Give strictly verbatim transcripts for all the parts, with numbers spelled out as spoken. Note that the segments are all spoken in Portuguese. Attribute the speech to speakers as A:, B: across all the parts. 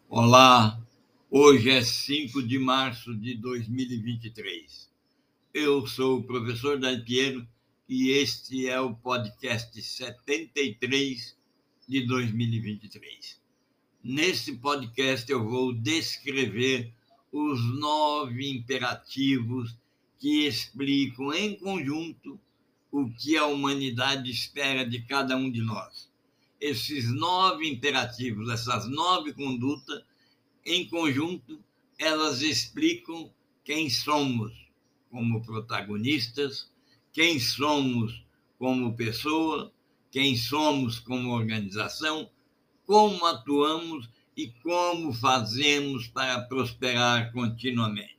A: Olá, hoje é cinco de março de dois mil e vinte e três. Eu sou o professor Dani Pinheiro e este é o podcast setenta e três de dois mil e vinte e três. Neste podcast eu vou descrever os nove imperativos que explicam em conjunto o que a humanidade espera de cada um de nós. Esses nove imperativos, essas nove condutas, em conjunto, elas explicam quem somos como protagonistas, quem somos como pessoa, quem somos como organização, como atuamos e como fazemos para prosperar continuamente.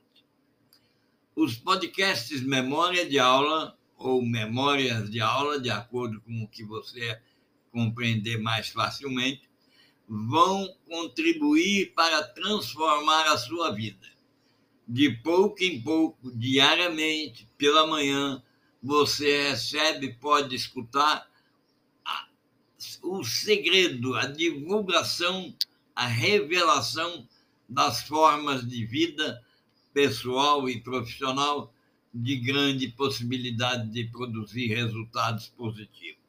A: Os podcasts Memória de Aula ou Memórias de Aula, de acordo com o que você compreender mais facilmente, vão contribuir para transformar a sua vida. De pouco em pouco, diariamente, pela manhã, você recebe, pode escutar a, o segredo, a divulgação, a revelação das formas de vida pessoal e profissional de grande possibilidade de produzir resultados positivos.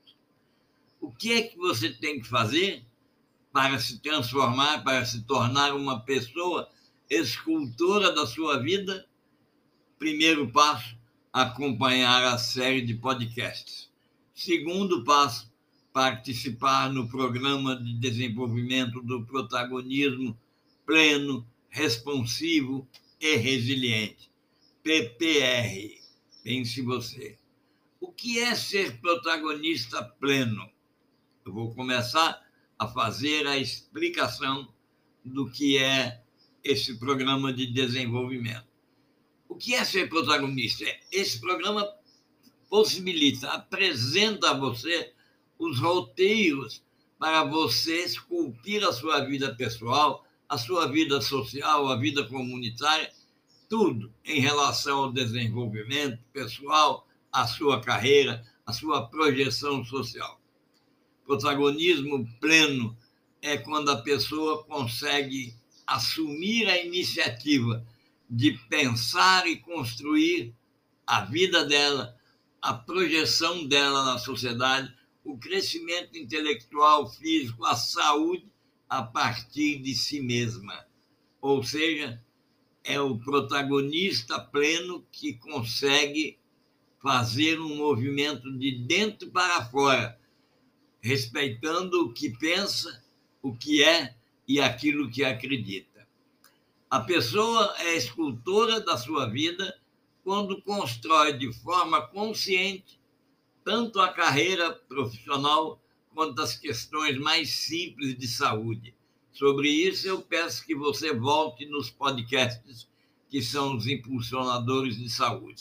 A: O que é que você tem que fazer para se transformar, para se tornar uma pessoa escultora da sua vida? Primeiro passo, acompanhar a série de podcasts. Segundo passo, participar no programa de desenvolvimento do protagonismo pleno, responsivo e resiliente, P P R. Pense você. O que é ser protagonista pleno? Eu vou começar a fazer a explicação do que é esse programa de desenvolvimento. O que é ser protagonista? Esse programa possibilita, apresenta a você os roteiros para você esculpir a sua vida pessoal, a sua vida social, a vida comunitária, tudo em relação ao desenvolvimento pessoal, a sua carreira, a sua projeção social. Protagonismo pleno é quando a pessoa consegue assumir a iniciativa de pensar e construir a vida dela, a projeção dela na sociedade, o crescimento intelectual, físico, a saúde a partir de si mesma. Ou seja, é o protagonista pleno que consegue fazer um movimento de dentro para fora, respeitando o que pensa, o que é e aquilo que acredita. A pessoa é escultora da sua vida quando constrói de forma consciente tanto a carreira profissional quanto as questões mais simples de saúde. Sobre isso, eu peço que você volte nos podcasts que são os impulsionadores de saúde.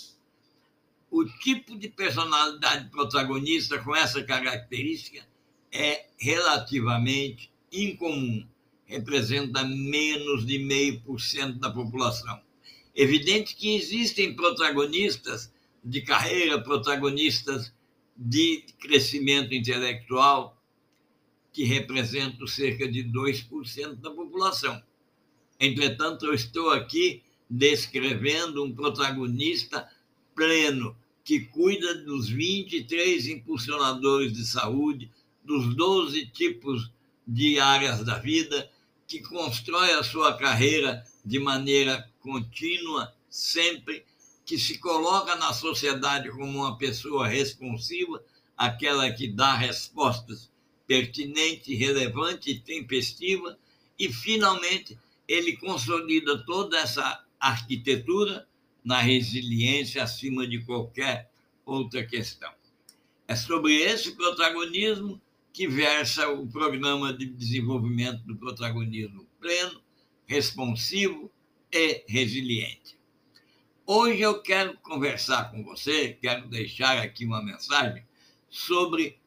A: O tipo de personalidade protagonista com essa característica é relativamente incomum, representa menos de meio por cento da população. Evidente que existem protagonistas de carreira, protagonistas de crescimento intelectual, que representam cerca de dois por cento da população. Entretanto, eu estou aqui descrevendo um protagonista pleno, que cuida dos vinte e três impulsionadores de saúde, dos doze tipos de áreas da vida, que constrói a sua carreira de maneira contínua, sempre, que se coloca na sociedade como uma pessoa responsiva, aquela que dá respostas pertinente, relevante e tempestiva, e, finalmente, ele consolida toda essa arquitetura na resiliência acima de qualquer outra questão. É sobre esse protagonismo que versa o programa de desenvolvimento do protagonismo pleno, responsivo e resiliente. Hoje eu quero conversar com você, quero deixar aqui uma mensagem sobre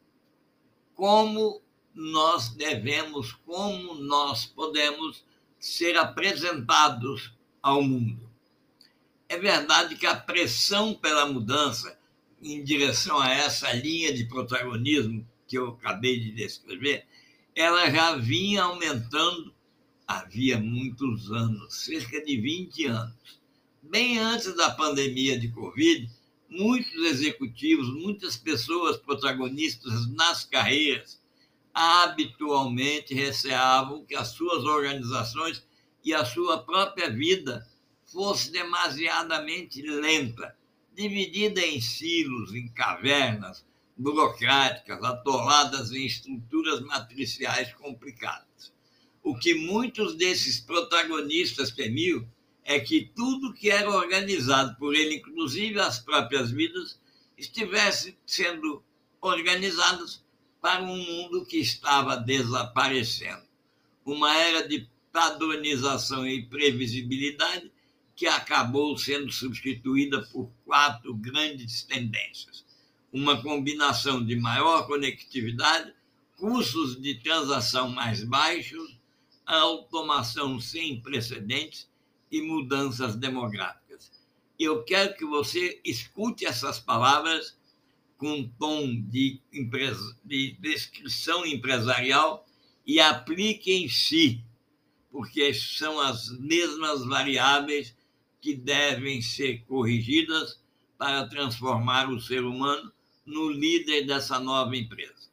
A: como nós devemos, como nós podemos ser apresentados ao mundo. É verdade que a pressão pela mudança em direção a essa linha de protagonismo que eu acabei de descrever, ela já vinha aumentando havia muitos anos, cerca de vinte anos. Bem antes da pandemia de Covid, muitos executivos, muitas pessoas protagonistas nas carreiras, habitualmente receavam que as suas organizações e a sua própria vida fosse demasiadamente lenta, dividida em silos, em cavernas burocráticas, atoladas em estruturas matriciais complicadas. O que muitos desses protagonistas temiam é que tudo que era organizado por ele, inclusive as próprias vidas, estivesse sendo organizadas para um mundo que estava desaparecendo. Uma era de padronização e previsibilidade que acabou sendo substituída por quatro grandes tendências. Uma combinação de maior conectividade, custos de transação mais baixos, automação sem precedentes e mudanças demográficas. Eu quero que você escute essas palavras com um tom de, empresa, de descrição empresarial e aplique em si, porque são as mesmas variáveis que devem ser corrigidas para transformar o ser humano no líder dessa nova empresa.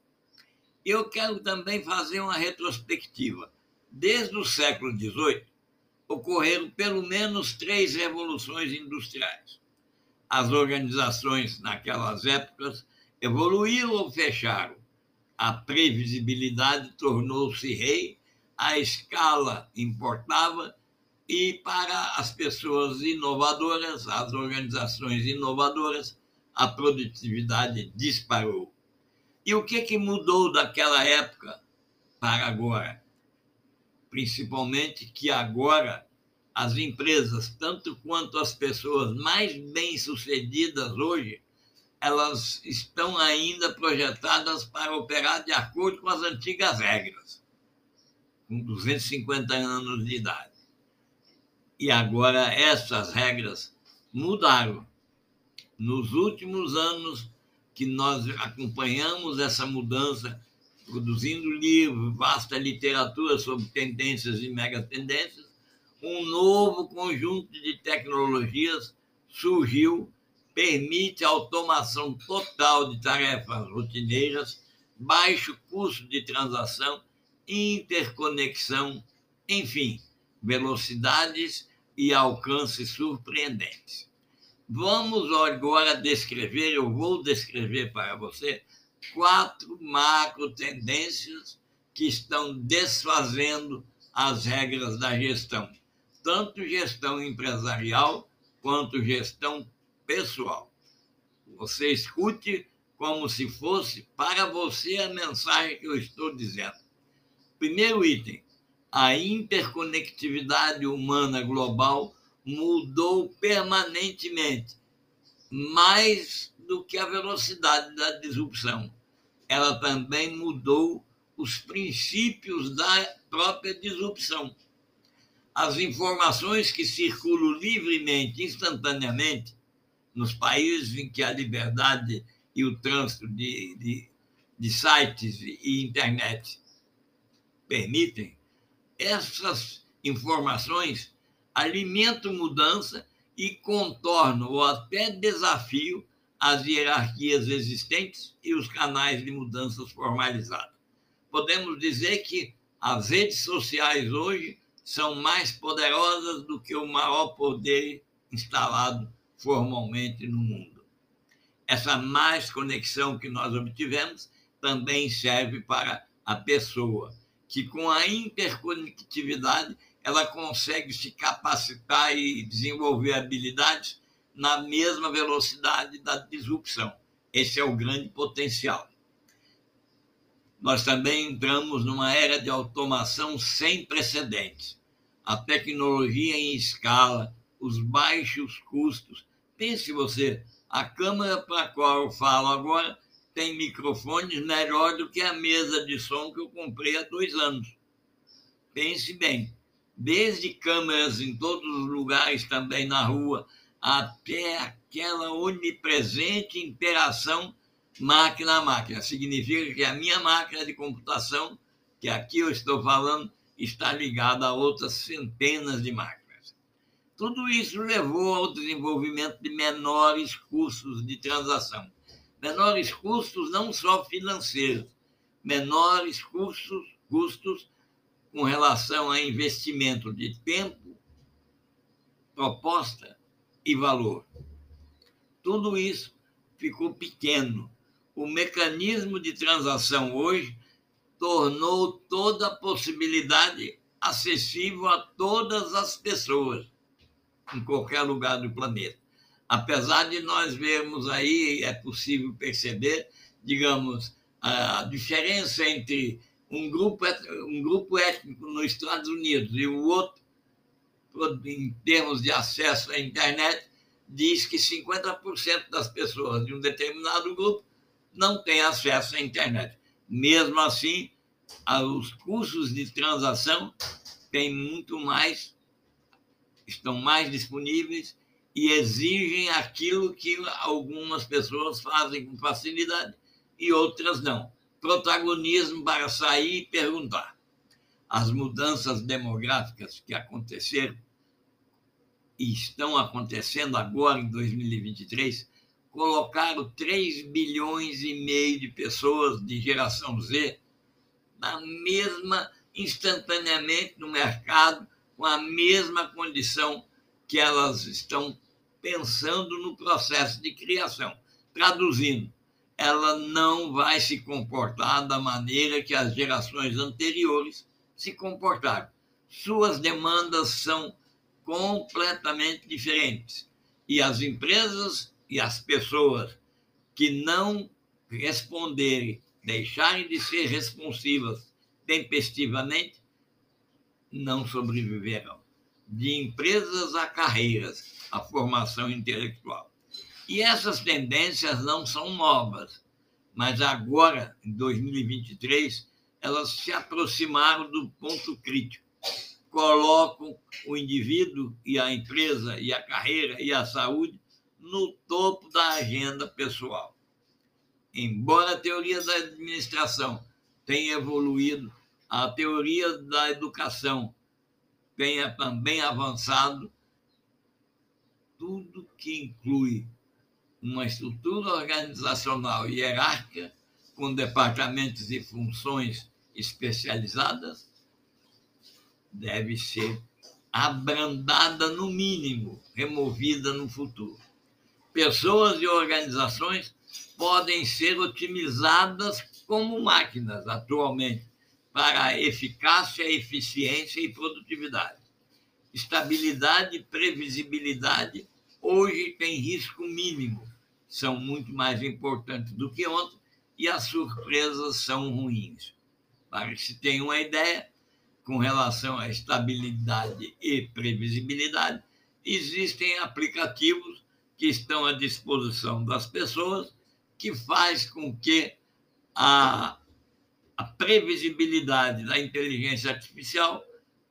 A: Eu quero também fazer uma retrospectiva. Desde o século dezoito, ocorreram pelo menos três revoluções industriais. As organizações, naquelas épocas, evoluíram ou fecharam. A previsibilidade tornou-se rei, a escala importava, e para as pessoas inovadoras, as organizações inovadoras, a produtividade disparou. E o que, que mudou daquela época para agora? Principalmente que agora as empresas, tanto quanto as pessoas mais bem-sucedidas hoje, elas estão ainda projetadas para operar de acordo com as antigas regras, com duzentos e cinquenta anos de idade. E agora essas regras mudaram. Nos últimos anos que nós acompanhamos essa mudança, produzindo livros, vasta literatura sobre tendências e megatendências, um novo conjunto de tecnologias surgiu, permite a automação total de tarefas rotineiras, baixo custo de transação, interconexão, enfim, velocidades e alcances surpreendentes. Vamos agora descrever, eu vou descrever para você, quatro macro tendências que estão desfazendo as regras da gestão, tanto gestão empresarial quanto gestão pessoal. Você escute como se fosse para você a mensagem que eu estou dizendo. Primeiro item, a interconectividade humana global mudou permanentemente, mais do que a velocidade da disrupção. Ela também mudou os princípios da própria disrupção. As informações que circulam livremente, instantaneamente, nos países em que a liberdade e o trânsito de, de, de sites e internet permitem, essas informações alimentam mudança e contornam ou até desafiam as hierarquias existentes e os canais de mudanças formalizados. Podemos dizer que as redes sociais hoje são mais poderosas do que o maior poder instalado formalmente no mundo. Essa mais conexão que nós obtivemos também serve para a pessoa, que com a interconectividade ela consegue se capacitar e desenvolver habilidades na mesma velocidade da disrupção. Esse é o grande potencial. Nós também entramos numa era de automação sem precedentes. A tecnologia em escala, os baixos custos. Pense você, a câmera para a qual eu falo agora tem microfones melhor do que a mesa de som que eu comprei há dois anos. Pense bem, desde câmeras em todos os lugares, também na rua, até aquela onipresente interação máquina a máquina. Significa que a minha máquina de computação, que aqui eu estou falando, está ligado a outras centenas de máquinas. Tudo isso levou ao desenvolvimento de menores custos de transação. Menores custos não só financeiros, menores custos, custos com relação a investimento de tempo, proposta e valor. Tudo isso ficou pequeno. O mecanismo de transação hoje tornou toda a possibilidade acessível a todas as pessoas, em qualquer lugar do planeta. Apesar de nós vermos aí, é possível perceber, digamos, a diferença entre um grupo, um grupo étnico nos Estados Unidos e o outro, em termos de acesso à internet, diz que cinquenta por cento das pessoas de um determinado grupo não têm acesso à internet. Mesmo assim, os custos de transação têm muito mais, estão mais disponíveis e exigem aquilo que algumas pessoas fazem com facilidade e outras não. Protagonismo para sair e perguntar. As mudanças demográficas que aconteceram e estão acontecendo agora, em dois mil e vinte e três, colocaram três bilhões e meio de pessoas de geração Z na mesma, instantaneamente no mercado, com a mesma condição que elas estão pensando no processo de criação. Traduzindo, ela não vai se comportar da maneira que as gerações anteriores se comportaram. Suas demandas são completamente diferentes. E as empresas e as pessoas que não responderem, deixarem de ser responsivas tempestivamente, não sobreviverão. De empresas a carreiras, a formação intelectual. E essas tendências não são novas, mas agora, em dois mil e vinte e três, elas se aproximaram do ponto crítico. Colocam o indivíduo e a empresa e a carreira e a saúde no topo da agenda pessoal. Embora a teoria da administração tenha evoluído, a teoria da educação tenha também avançado, tudo que inclui uma estrutura organizacional e hierárquica, com departamentos e funções especializadas, deve ser abrandada no mínimo, removida no futuro. Pessoas e organizações podem ser otimizadas como máquinas atualmente para a eficácia, eficiência e produtividade. Estabilidade e previsibilidade hoje têm risco mínimo, são muito mais importantes do que ontem e as surpresas são ruins. Para que se tenha uma ideia, com relação à estabilidade e previsibilidade, existem aplicativos que estão à disposição das pessoas que faz com que a, a previsibilidade da inteligência artificial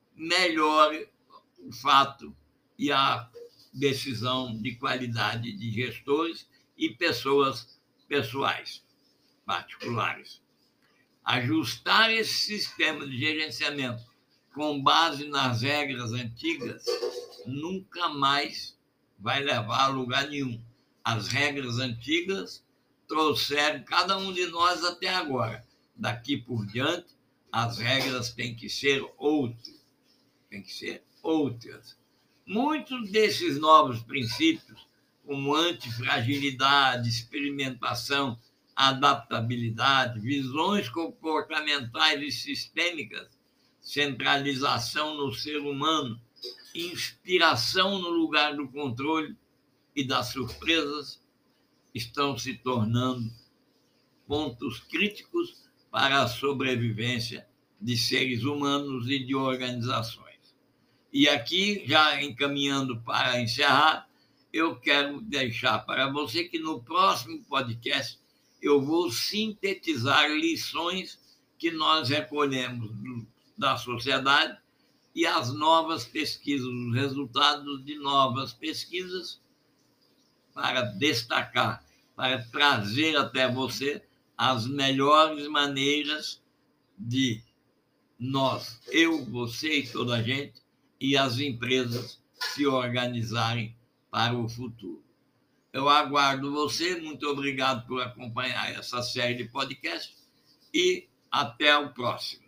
A: melhore o fato e a decisão de qualidade de gestores e pessoas pessoais, particulares. Ajustar esse sistema de gerenciamento com base nas regras antigas nunca mais vai levar a lugar nenhum. As regras antigas trouxeram cada um de nós até agora. Daqui por diante, as regras têm que ser outras. Têm que ser outras. Muitos desses novos princípios, como antifragilidade, experimentação, adaptabilidade, visões comportamentais e sistêmicas, centralização no ser humano, inspiração no lugar do controle e das surpresas, estão se tornando pontos críticos para a sobrevivência de seres humanos e de organizações. E aqui, já encaminhando para encerrar, eu quero deixar para você que no próximo podcast eu vou sintetizar lições que nós recolhemos da sociedade e as novas pesquisas, os resultados de novas pesquisas, para destacar, para trazer até você as melhores maneiras de nós, eu, você e toda a gente, e as empresas se organizarem para o futuro. Eu aguardo você, muito obrigado por acompanhar essa série de podcasts e até o próximo.